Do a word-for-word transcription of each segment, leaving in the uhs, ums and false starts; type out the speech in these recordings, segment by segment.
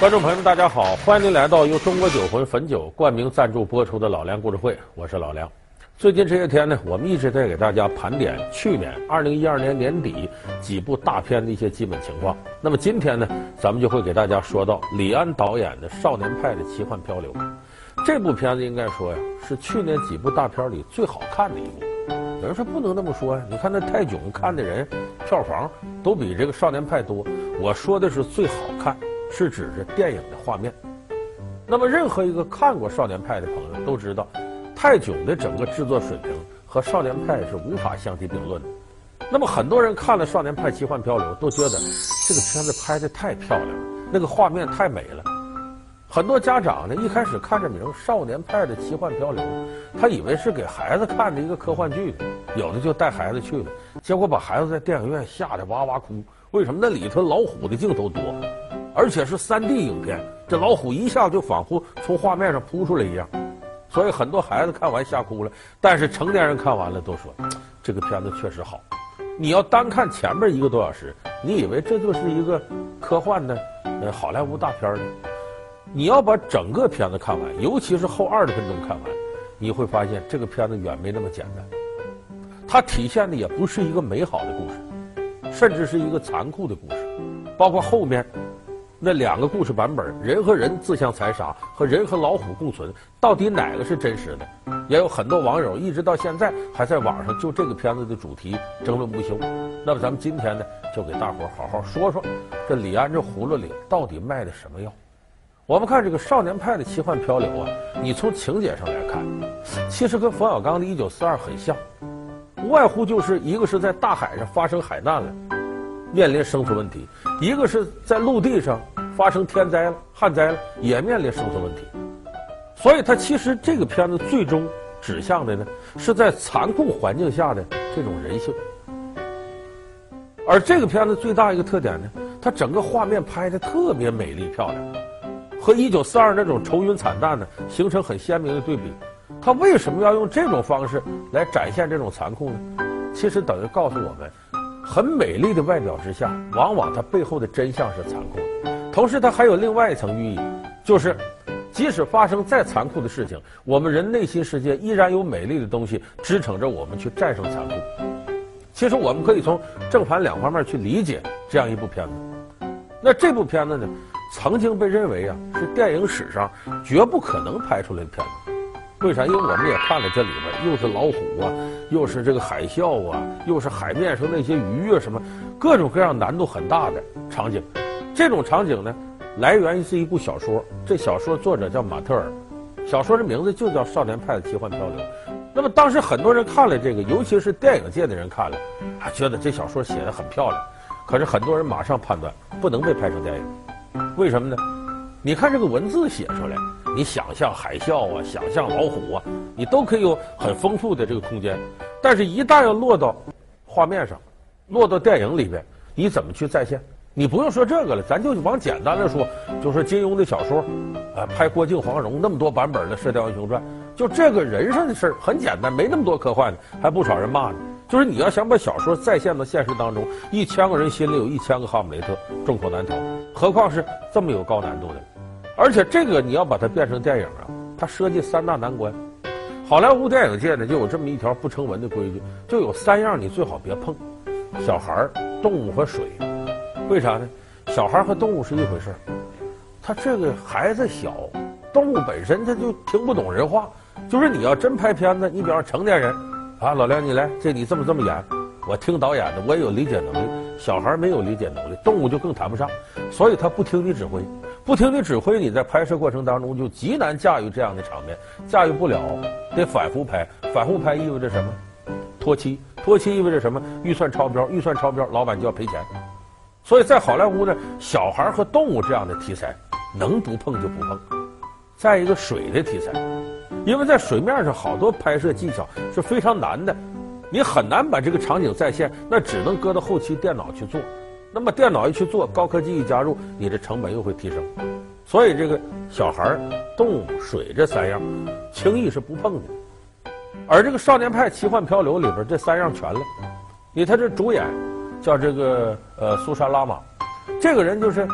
观众朋友们，大家好，欢迎您来到由中国酒魂汾酒冠名赞助播出的老梁故事会，我是老梁。最近这些天呢，我们一直在给大家盘点去年二零一二年年底几部大片的一些基本情况。那么今天呢，咱们就会给大家说到李安导演的《少年派的奇幻漂流》。这部片子应该说呀，是去年几部大片里最好看的一部。有人说不能这么说呀，你看那泰囧看的人票房都比这个《少年派》多。我说的是最好看，是指着电影的画面。那么任何一个看过《少年派》的朋友都知道，泰囧的整个制作水平和《少年派》是无法相提并论的。那么很多人看了《少年派奇幻漂流》都觉得这个片子拍得太漂亮了，那个画面太美了。很多家长呢一开始看着名《少年派的奇幻漂流》，他以为是给孩子看的一个科幻剧呢，有的就带孩子去了，结果把孩子在电影院吓得哇哇哭。为什么？那里头老虎的镜头多，而且是 三 D 影片，这老虎一下就仿佛从画面上扑出来一样，所以很多孩子看完吓哭了。但是成年人看完了都说这个片子确实好。你要单看前面一个多小时，你以为这就是一个科幻的呃好莱坞大片呢？你要把整个片子看完，尤其是后二十分钟看完，你会发现这个片子远没那么简单。它体现的也不是一个美好的故事，甚至是一个残酷的故事。包括后面那两个故事版本，人和人自相残杀和人和老虎共存，到底哪个是真实的？也有很多网友一直到现在还在网上就这个片子的主题争论不休。那么咱们今天呢，就给大伙好好说说这李安这葫芦里到底卖的什么药。我们看这个《少年派的奇幻漂流》啊，你从情节上来看，其实跟冯小刚的一九四二很像，无外乎就是一个是在大海上发生海难了，面临生存问题；一个是在陆地上发生天灾了、旱灾了，也面临生存问题。所以它其实这个片子最终指向的呢，是在残酷环境下的这种人性。而这个片子最大一个特点呢，它整个画面拍得特别美丽漂亮，和一九四二那种愁云惨淡呢形成很鲜明的对比。它为什么要用这种方式来展现这种残酷呢？其实等于告诉我们，很美丽的外表之下，往往它背后的真相是残酷的。同时它还有另外一层寓意，就是即使发生再残酷的事情，我们人内心世界依然有美丽的东西支撑着我们去战胜残酷。其实我们可以从正反两方面去理解这样一部片子。那这部片子呢，曾经被认为啊是电影史上绝不可能拍出来的片子。为啥？因为我们也看了这里边又是老虎啊，又是这个海啸啊，又是海面上那些鱼啊，什么各种各样难度很大的场景。这种场景呢，来源是一部小说，这小说作者叫马特尔，小说的名字就叫《少年派的奇幻漂流》。那么当时很多人看了这个，尤其是电影界的人看了，啊，觉得这小说写得很漂亮。可是很多人马上判断不能被拍成电影，为什么呢？你看这个文字写出来，你想象海啸啊，想象老虎啊，你都可以有很丰富的这个空间。但是一旦要落到画面上，落到电影里边，你怎么去再现？你不用说这个了，咱就往简单的说，就说金庸的小说，啊，拍郭靖、黄蓉那么多版本的《射雕英雄传》，就这个人上的事儿很简单，没那么多科幻的，还不少人骂呢。就是你要想把小说再现到现实当中，一千个人心里有一千个哈姆雷特，众口难调，何况是这么有高难度的。而且这个你要把它变成电影啊，它涉及三大难关。好莱坞电影界呢就有这么一条不成文的规矩，就有三样你最好别碰：小孩、动物和水。为啥呢？小孩和动物是一回事，他这个孩子小，动物本身他就听不懂人话。就是你要真拍片子，你比方成年人啊，老梁你来，这你这么这么演，我听导演的，我也有理解能力。小孩没有理解能力，动物就更谈不上，所以他不听你指挥，不听你指挥，你在拍摄过程当中就极难驾驭这样的场面，驾驭不了，得反复拍。反复拍意味着什么？拖期，拖期意味着什么？预算超标，预算超标，老板就要赔钱。所以在好莱坞呢，小孩和动物这样的题材能不碰就不碰。再一个水的题材，因为在水面上好多拍摄技巧是非常难的，你很难把这个场景再现，那只能搁到后期电脑去做。那么电脑一去做，高科技一加入，你的成本又会提升。所以这个小孩、动物、水这三样轻易是不碰的。而这个《少年派奇幻漂流》里边这三样全了。你他这主演叫这个呃苏珊拉玛，这个人就是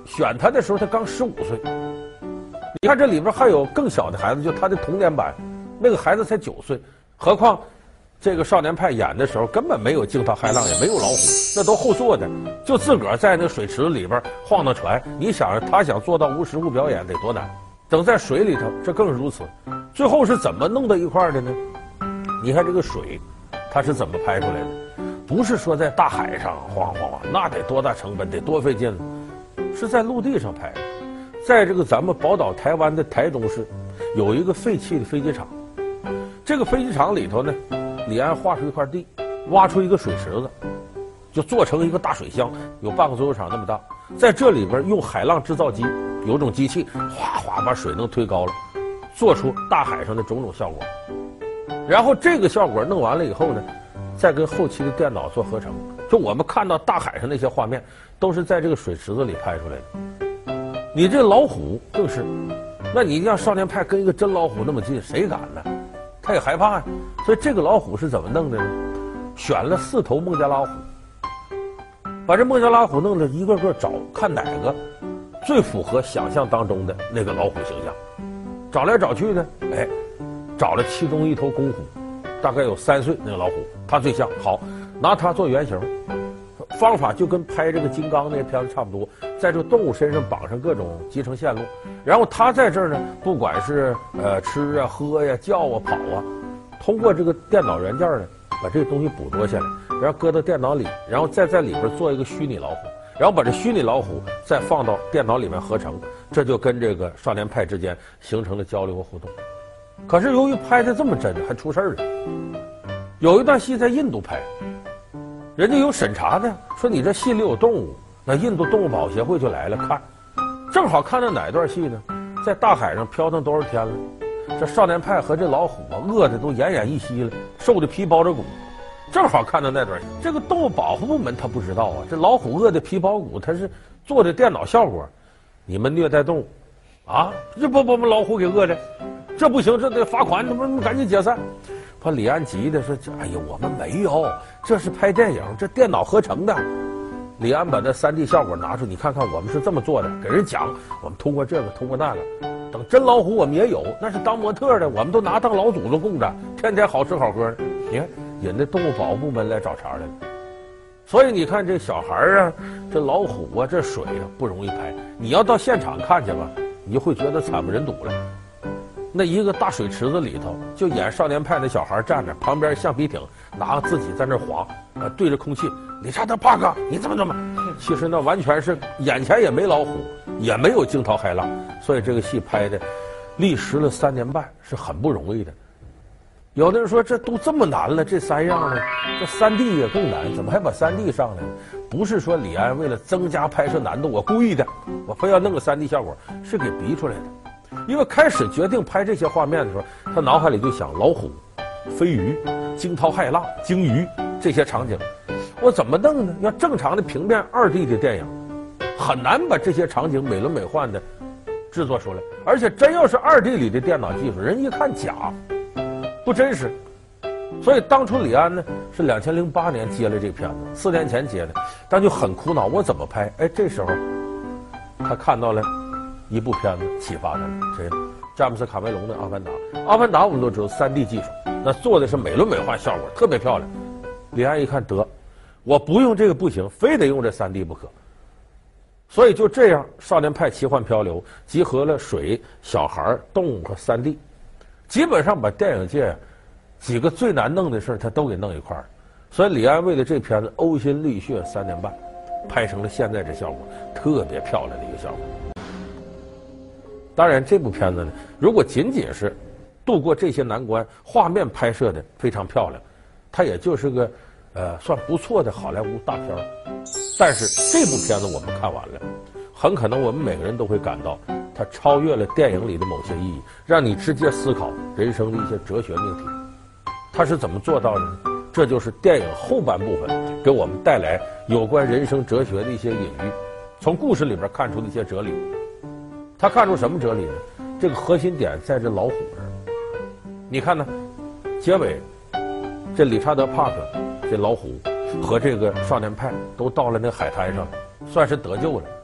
选他的时候他刚十五岁。你看这里边还有更小的孩子，就他的童年版，那个孩子才九岁。何况这个少年派演的时候根本没有惊涛骇浪，也没有老虎，那都后做的，就自个儿在那水池子里边晃荡船。你想他想做到无实物表演得多难，等在水里头这更是如此。最后是怎么弄到一块儿的呢？你看这个水它是怎么拍出来的？不是说在大海上晃晃晃，那得多大成本，得多费劲，是在陆地上拍的。在这个咱们宝岛台湾的台中市有一个废弃的飞机场，这个飞机场里头呢，李安划出一块地，挖出一个水池子，就做成一个大水箱，有半个足球场那么大。在这里边用海浪制造机，有种机器哗哗把水能推高了，做出大海上的种种效果。然后这个效果弄完了以后呢，再跟后期的电脑做合成，就我们看到大海上那些画面都是在这个水池子里拍出来的。你这老虎更是，那你让少年派跟一个真老虎那么近，谁敢呢？他也害怕呀。所以这个老虎是怎么弄的呢？选了四头孟加拉虎，把这孟加拉虎弄得一个个找，看哪个最符合想象当中的那个老虎形象。找来找去呢，哎，找了其中一头公虎，大概有三岁那个老虎，它最像。好，拿它做原型，方法就跟拍这个金刚那片子差不多，在这个动物身上绑上各种集成线路，然后它在这儿呢，不管是呃吃啊、喝呀、叫啊、跑啊，通过这个电脑软件呢，把这个东西捕捉下来，然后搁到电脑里，然后再在里边做一个虚拟老虎，然后把这虚拟老虎再放到电脑里面合成，这就跟这个少年派之间形成了交流和互动。可是由于拍的这么真，还出事儿了。有一段戏在印度拍，人家有审查的，说你这戏里有动物，那印度动物保护协会就来了看，正好看到哪段戏呢？在大海上飘腾多少天了，这少年派和这老虎啊，饿的都奄奄一息了，瘦的皮包着骨，正好看到那段戏。这个动物保护部门他不知道啊，这老虎饿的皮包骨，他是做的电脑效果，你们虐待动物啊，这不把我们老虎给饿的，这不行，这得罚款，他们赶紧解散。把李安急的说：“哎呀，我们没有，这是拍电影，这电脑合成的。”李安把那 三 D 效果拿出，你看看，我们是这么做的，给人讲，我们通过这个，通过那个，等真老虎我们也有，那是当模特的，我们都拿当老祖宗供着，天天好吃好喝的。你看，引那动物保护部门来找茬来了。所以你看这小孩啊，这老虎啊，这水啊不容易拍。你要到现场看去吧，你就会觉得惨不忍睹了。那一个大水池子里头，就演少年派的小孩站着，旁边橡皮艇拿自己在那划，呃，对着空气，理查德·帕克，你怎么怎么？其实那完全是眼前也没老虎，也没有惊涛骇浪，所以这个戏拍的历时了三年半，是很不容易的。有的人说这都这么难了，这三样呢，这三 D 也更难，怎么还把三 D 上来了？不是说李安为了增加拍摄难度，我故意的，我非要弄个三 D 效果，是给逼出来的。因为开始决定拍这些画面的时候，他脑海里就想老虎、飞鱼、惊涛骇浪、鲸鱼这些场景，我怎么弄呢？要正常的平面二 D 的电影，很难把这些场景美轮美奂的制作出来。而且真要是二 D 里的电脑技术，人一看假，不真实。所以当初李安呢是两千零八年接了这片子，四年前接的，但就很苦恼，我怎么拍？哎，这时候他看到了一部片子启发他了，谁？詹姆斯·卡梅隆的《阿凡达》。《阿凡达》我们都知道三 D 技术，那做的是美轮美奂效果，特别漂亮。李安一看得，我不用这个不行，非得用这三 D 不可。所以就这样，少年派奇幻漂流集合了水、小孩、动物和三 D， 基本上把电影界几个最难弄的事他都给弄一块儿。所以李安为了这片子呕心沥血三年半，拍成了现在这效果，特别漂亮的一个效果。当然，这部片子呢，如果仅仅是度过这些难关，画面拍摄的非常漂亮，它也就是个呃算不错的好莱坞大片儿。但是这部片子我们看完了，很可能我们每个人都会感到，它超越了电影里的某些意义，让你直接思考人生的一些哲学命题。它是怎么做到的呢？这就是电影后半部分给我们带来有关人生哲学的一些隐喻，从故事里边看出的一些哲理。他看出什么哲理呢？这个核心点在这老虎这儿。你看呢，结尾这理查德·帕克这老虎和这个少年派都到了那海滩上，算是得救了。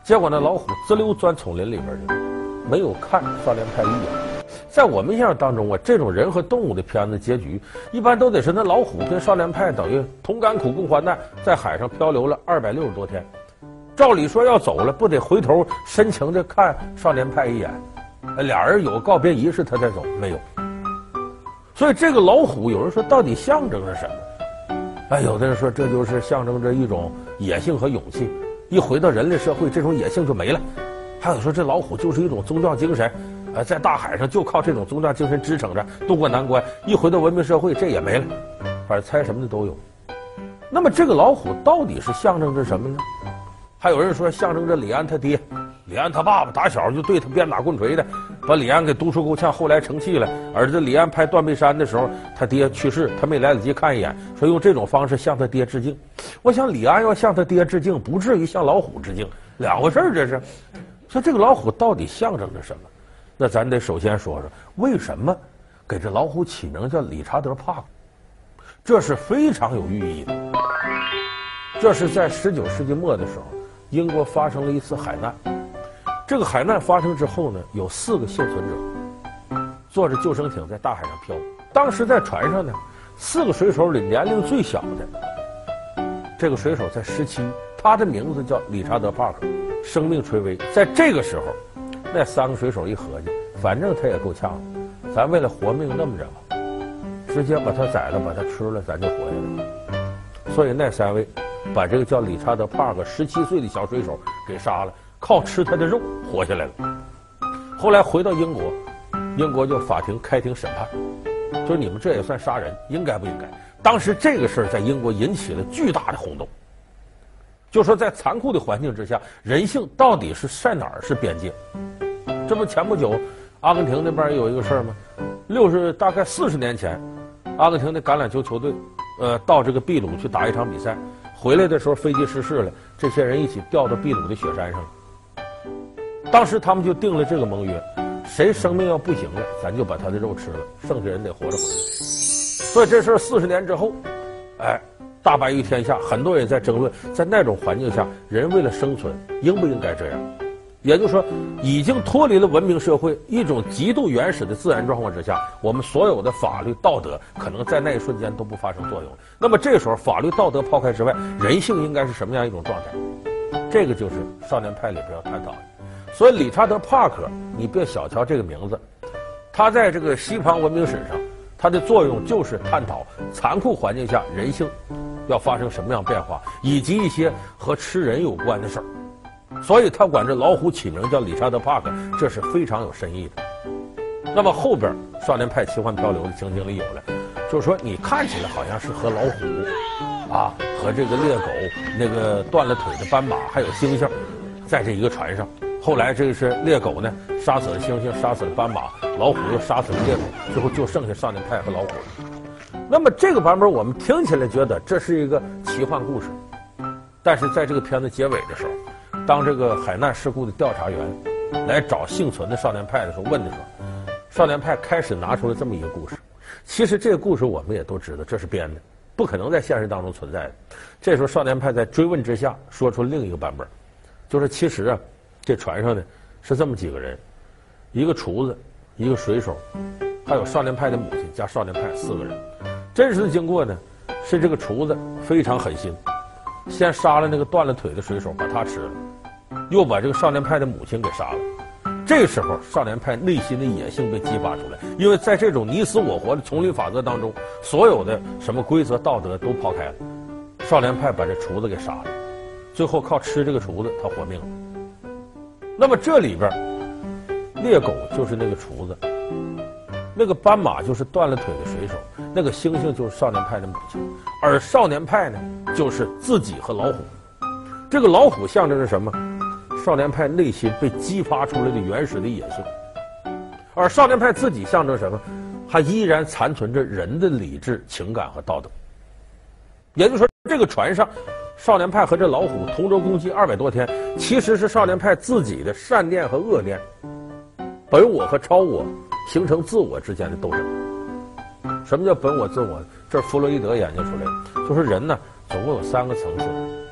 结果那老虎滋溜钻丛林里边去了，没有看少年派一眼。在我们印象当中啊，这种人和动物的片子结局，一般都得是那老虎跟少年派等于同甘苦共患难，在海上漂流了二百六十多天。照理说要走了，不得回头深情地看少年派一眼，俩人有告别仪式他才走，没有。所以这个老虎，有人说到底象征着什么？哎，有的人说这就是象征着一种野性和勇气，一回到人类社会，这种野性就没了。还有说这老虎就是一种宗教精神，呃，在大海上就靠这种宗教精神支撑着渡过难关，一回到文明社会这也没了。反正猜什么的都有。那么这个老虎到底是象征着什么呢？还有人说象征着李安他爹，李安他爸爸打小就对他鞭打棍锤的，把李安给毒出够呛，后来成器了。儿子李安拍《断背山》的时候，他爹去世，他没来得及看一眼，说用这种方式向他爹致敬。我想李安要向他爹致敬，不至于向老虎致敬，两回事儿这是。说这个老虎到底象征着什么？那咱得首先说说为什么给这老虎起名叫理查德·帕克，这是非常有寓意的。这是在十九世纪末的时候，英国发生了一次海难。这个海难发生之后呢，有四个幸存者坐着救生艇在大海上漂。当时在船上呢，四个水手里年龄最小的这个水手才十七，他的名字叫理查德·帕克。生命垂危，在这个时候，那三个水手一合计，反正他也够呛了，咱为了活命那么着吧，直接把他宰了，把他吃了，咱就活下来了。所以那三位把这个叫理查德·帕克十七岁的小水手给杀了，靠吃他的肉活下来了。后来回到英国，英国就法庭开庭审判，说你们这也算杀人，应该不应该？当时这个事儿在英国引起了巨大的轰动。就说在残酷的环境之下，人性到底是在哪儿是边界？这不前不久，阿根廷那边有一个事儿吗？六十大概四十年前，阿根廷的橄榄球球队，呃，到这个秘鲁去打一场比赛，回来的时候飞机失事了，这些人一起掉到秘鲁的雪山上了。当时他们就定了这个盟约，谁生命要不行了，咱就把他的肉吃了，剩下人得活着回来。所以这事儿四十年之后，哎。大白于天下，很多人在争论，在那种环境下，人为了生存，应不应该这样？也就是说，已经脱离了文明社会，一种极度原始的自然状况之下，我们所有的法律道德可能在那一瞬间都不发生作用。那么这时候，法律道德抛开之外，人性应该是什么样一种状态？这个就是少年派里边要探讨的。所以，理查德·帕克，你别小瞧这个名字，他在这个西方文明史上，它的作用就是探讨残酷环境下人性要发生什么样变化，以及一些和吃人有关的事儿。所以他管这老虎起名叫理查德·帕克，这是非常有深意的。那么后边少年派奇幻漂流的情景里有了，就是说你看起来好像是和老虎啊，和这个猎狗、那个断了腿的斑马还有猩猩在这一个船上。后来这个是猎狗呢杀死了猩猩，杀死了斑马，老虎又杀死了猎狗，最后就剩下少年派和老虎了。那么这个版本我们听起来觉得这是一个奇幻故事，但是在这个片子结尾的时候，当这个海难事故的调查员来找幸存的少年派的时候，问的时候，少年派开始拿出了这么一个故事。其实这个故事我们也都知道，这是编的，不可能在现实当中存在的。这时候少年派在追问之下说出另一个版本，就是其实啊，这船上呢是这么几个人，一个厨子，一个水手，还有少年派的母亲加少年派四个人。真实的经过呢是这个厨子非常狠心，先杀了那个断了腿的水手，把他吃了，又把这个少年派的母亲给杀了。这时候少年派内心的野性被激发出来，因为在这种你死我活的丛林法则当中，所有的什么规则道德都抛开了。少年派把这厨子给杀了，最后靠吃这个厨子他活命了。那么这里边猎狗就是那个厨子，那个斑马就是断了腿的水手，那个猩猩就是少年派的母亲，而少年派呢就是自己和老虎。这个老虎象征着什么？少年派内心被激发出来的原始的野性，而少年派自己象征什么？还依然残存着人的理智、情感和道德。也就是说，这个船上少年派和这老虎同舟共济二百多天，其实是少年派自己的善念和恶念，本我和超我形成自我之间的斗争。什么叫本我自我？这是弗洛伊德研究出来的，就是人呢总共有三个层次，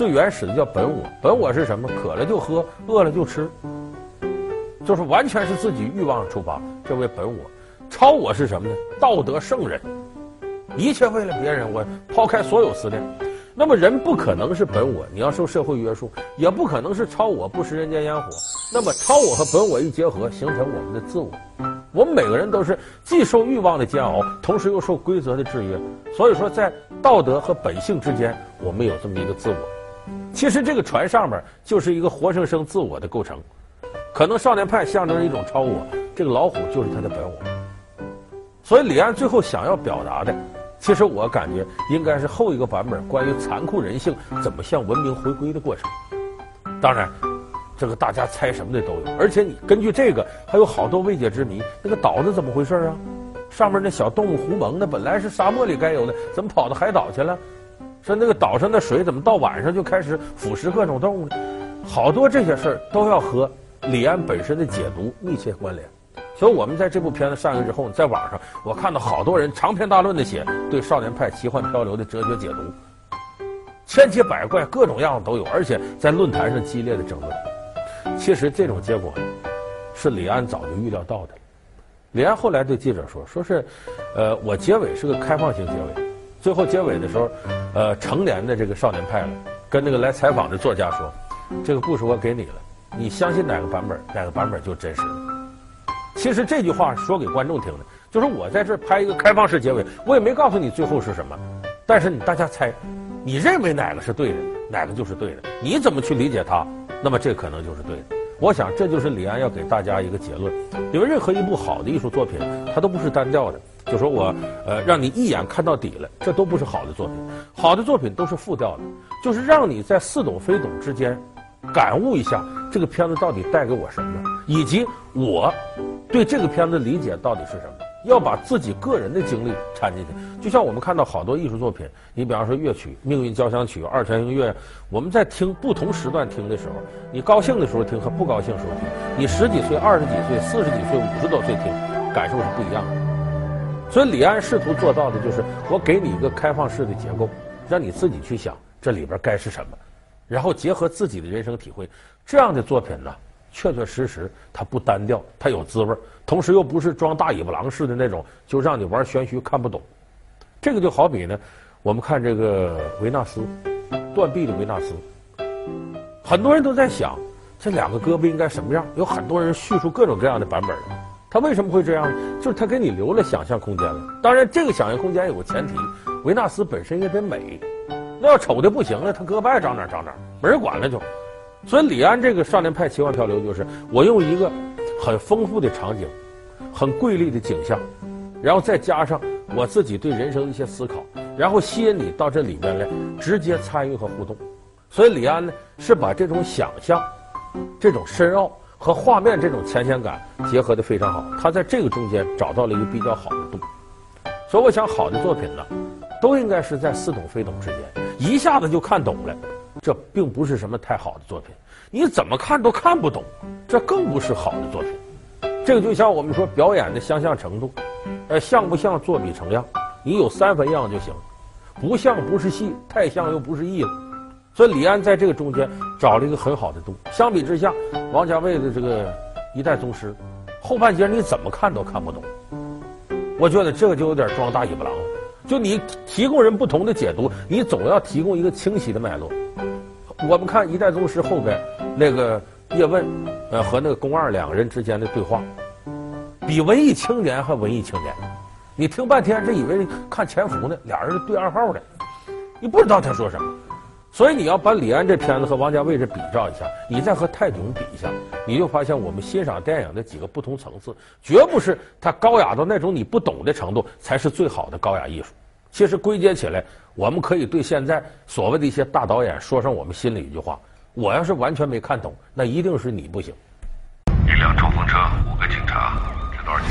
最原始的叫本我，本我是什么？渴了就喝，饿了就吃，就是完全是自己欲望出发，这为本我。超我是什么呢？道德圣人，一切为了别人，我抛开所有思念。那么人不可能是本我，你要受社会约束，也不可能是超我，不食人间烟火。那么超我和本我一结合，形成我们的自我。我们每个人都是既受欲望的煎熬，同时又受规则的制约。所以说，在道德和本性之间，我们有这么一个自我。其实这个船上面就是一个活生生自我的构成。可能少年派象征着一种超我，这个老虎就是他的本我。所以李安最后想要表达的，其实我感觉应该是后一个版本关于残酷人性怎么向文明回归的过程。当然这个大家猜什么的都有，而且你根据这个还有好多未解之谜。那个岛子怎么回事啊？上面那小动物狐獴呢，本来是沙漠里该有的，怎么跑到海岛去了？说那个岛上的水怎么到晚上就开始腐蚀各种动物呢？好多这些事儿都要和李安本身的解读密切关联。所以我们在这部片子上映之后，在网上我看到好多人长篇大论的写对少年派奇幻漂流的哲学解读，千奇百怪，各种样子都有，而且在论坛上激烈的争论。其实这种结果是李安早就预料到的。李安后来对记者说，说是，呃，我结尾是个开放性结尾，最后结尾的时候，呃，成年的这个少年派了，跟那个来采访的作家说，这个故事我给你了，你相信哪个版本，哪个版本就真实了。其实这句话说给观众听的，就是我在这儿拍一个开放式结尾，我也没告诉你最后是什么，但是你大家猜，你认为哪个是对的，哪个就是对的，你怎么去理解它，那么这可能就是对的。我想这就是李安要给大家一个结论，因为任何一部好的艺术作品，它都不是单调的，就说我呃让你一眼看到底了，这都不是好的作品。好的作品都是复调的，就是让你在似懂非懂之间感悟一下这个片子到底带给我什么，以及我对这个片子理解到底是什么，要把自己个人的经历掺进去。就像我们看到好多艺术作品，你比方说乐曲《命运交响曲》、二泉映月，我们在听不同时段听的时候，你高兴的时候听和不高兴的时候听，你十几岁、二十几岁、四十几岁、五十多岁听，感受是不一样的。所以李安试图做到的就是我给你一个开放式的结构，让你自己去想这里边该是什么，然后结合自己的人生体会。这样的作品呢，确确实实它不单调，它有滋味，同时又不是装大尾巴狼似的那种，就让你玩玄虚看不懂。这个就好比呢，我们看这个维纳斯，断臂的维纳斯，很多人都在想这两个胳膊应该什么样，有很多人叙述各种各样的版本的。他为什么会这样呢？就是他给你留了想象空间了。当然这个想象空间有个前提，维纳斯本身也得美，那要丑的不行了，他胳膊爱长哪长哪，没人管了就。所以李安这个少年派奇幻漂流，就是我用一个很丰富的场景，很瑰丽的景象，然后再加上我自己对人生的一些思考，然后吸引你到这里面来直接参与和互动。所以李安呢是把这种想象、这种深奥和画面这种浅显感结合得非常好，他在这个中间找到了一个比较好的度。所以我想好的作品呢，都应该是在似懂非懂之间，一下子就看懂了，这并不是什么太好的作品。你怎么看都看不懂，这更不是好的作品。这个就像我们说表演的相像程度，呃，像不像作比成样，你有三分样就行，不像不是戏，太像又不是艺了。所以李安在这个中间找了一个很好的度。相比之下，王家卫的这个《一代宗师》后半截你怎么看都看不懂，我觉得这个就有点装大尾巴狼了。就你提供人不同的解读，你总要提供一个清晰的脉络。我们看《一代宗师》后边那个叶问，呃，和那个宫二两个人之间的对话，比文艺青年还文艺青年。你听半天，这以为看潜伏呢，俩人对暗号的，你不知道他说什么。所以你要把李安这片子和王家卫这比照一下，你再和泰囧比一下，你就发现我们欣赏电影的几个不同层次，绝不是它高雅到那种你不懂的程度才是最好的高雅艺术。其实归结起来，我们可以对现在所谓的一些大导演说上我们心里一句话：我要是完全没看懂，那一定是你不行。 一辆冲锋车，五个警察，值多少钱？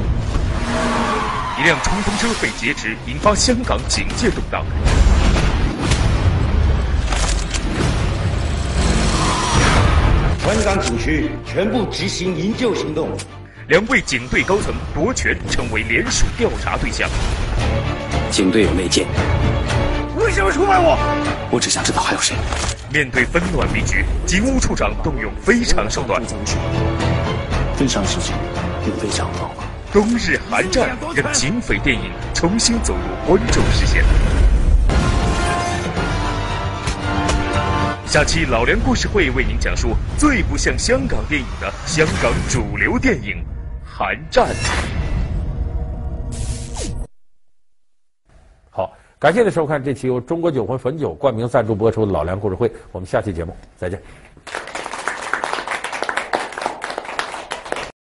一辆冲锋车被劫持，引发香港警界动荡。 本港警区全部执行营救行动， 两位警队高层夺权，成为联署调查对象。 警队有内奸， 为为什么出卖我？ 我只想知道还有谁。 面对纷乱迷局，警务处长动用非常手段。 非常时期用非常方法。 冬日寒战让警匪电影重新走入观众视线。下期老梁故事会为您讲述最不像香港电影的香港主流电影《寒战》。 好，感谢您收看这期由中国酒魂汾酒冠名赞助播出的老梁故事会，我们下期节目再见。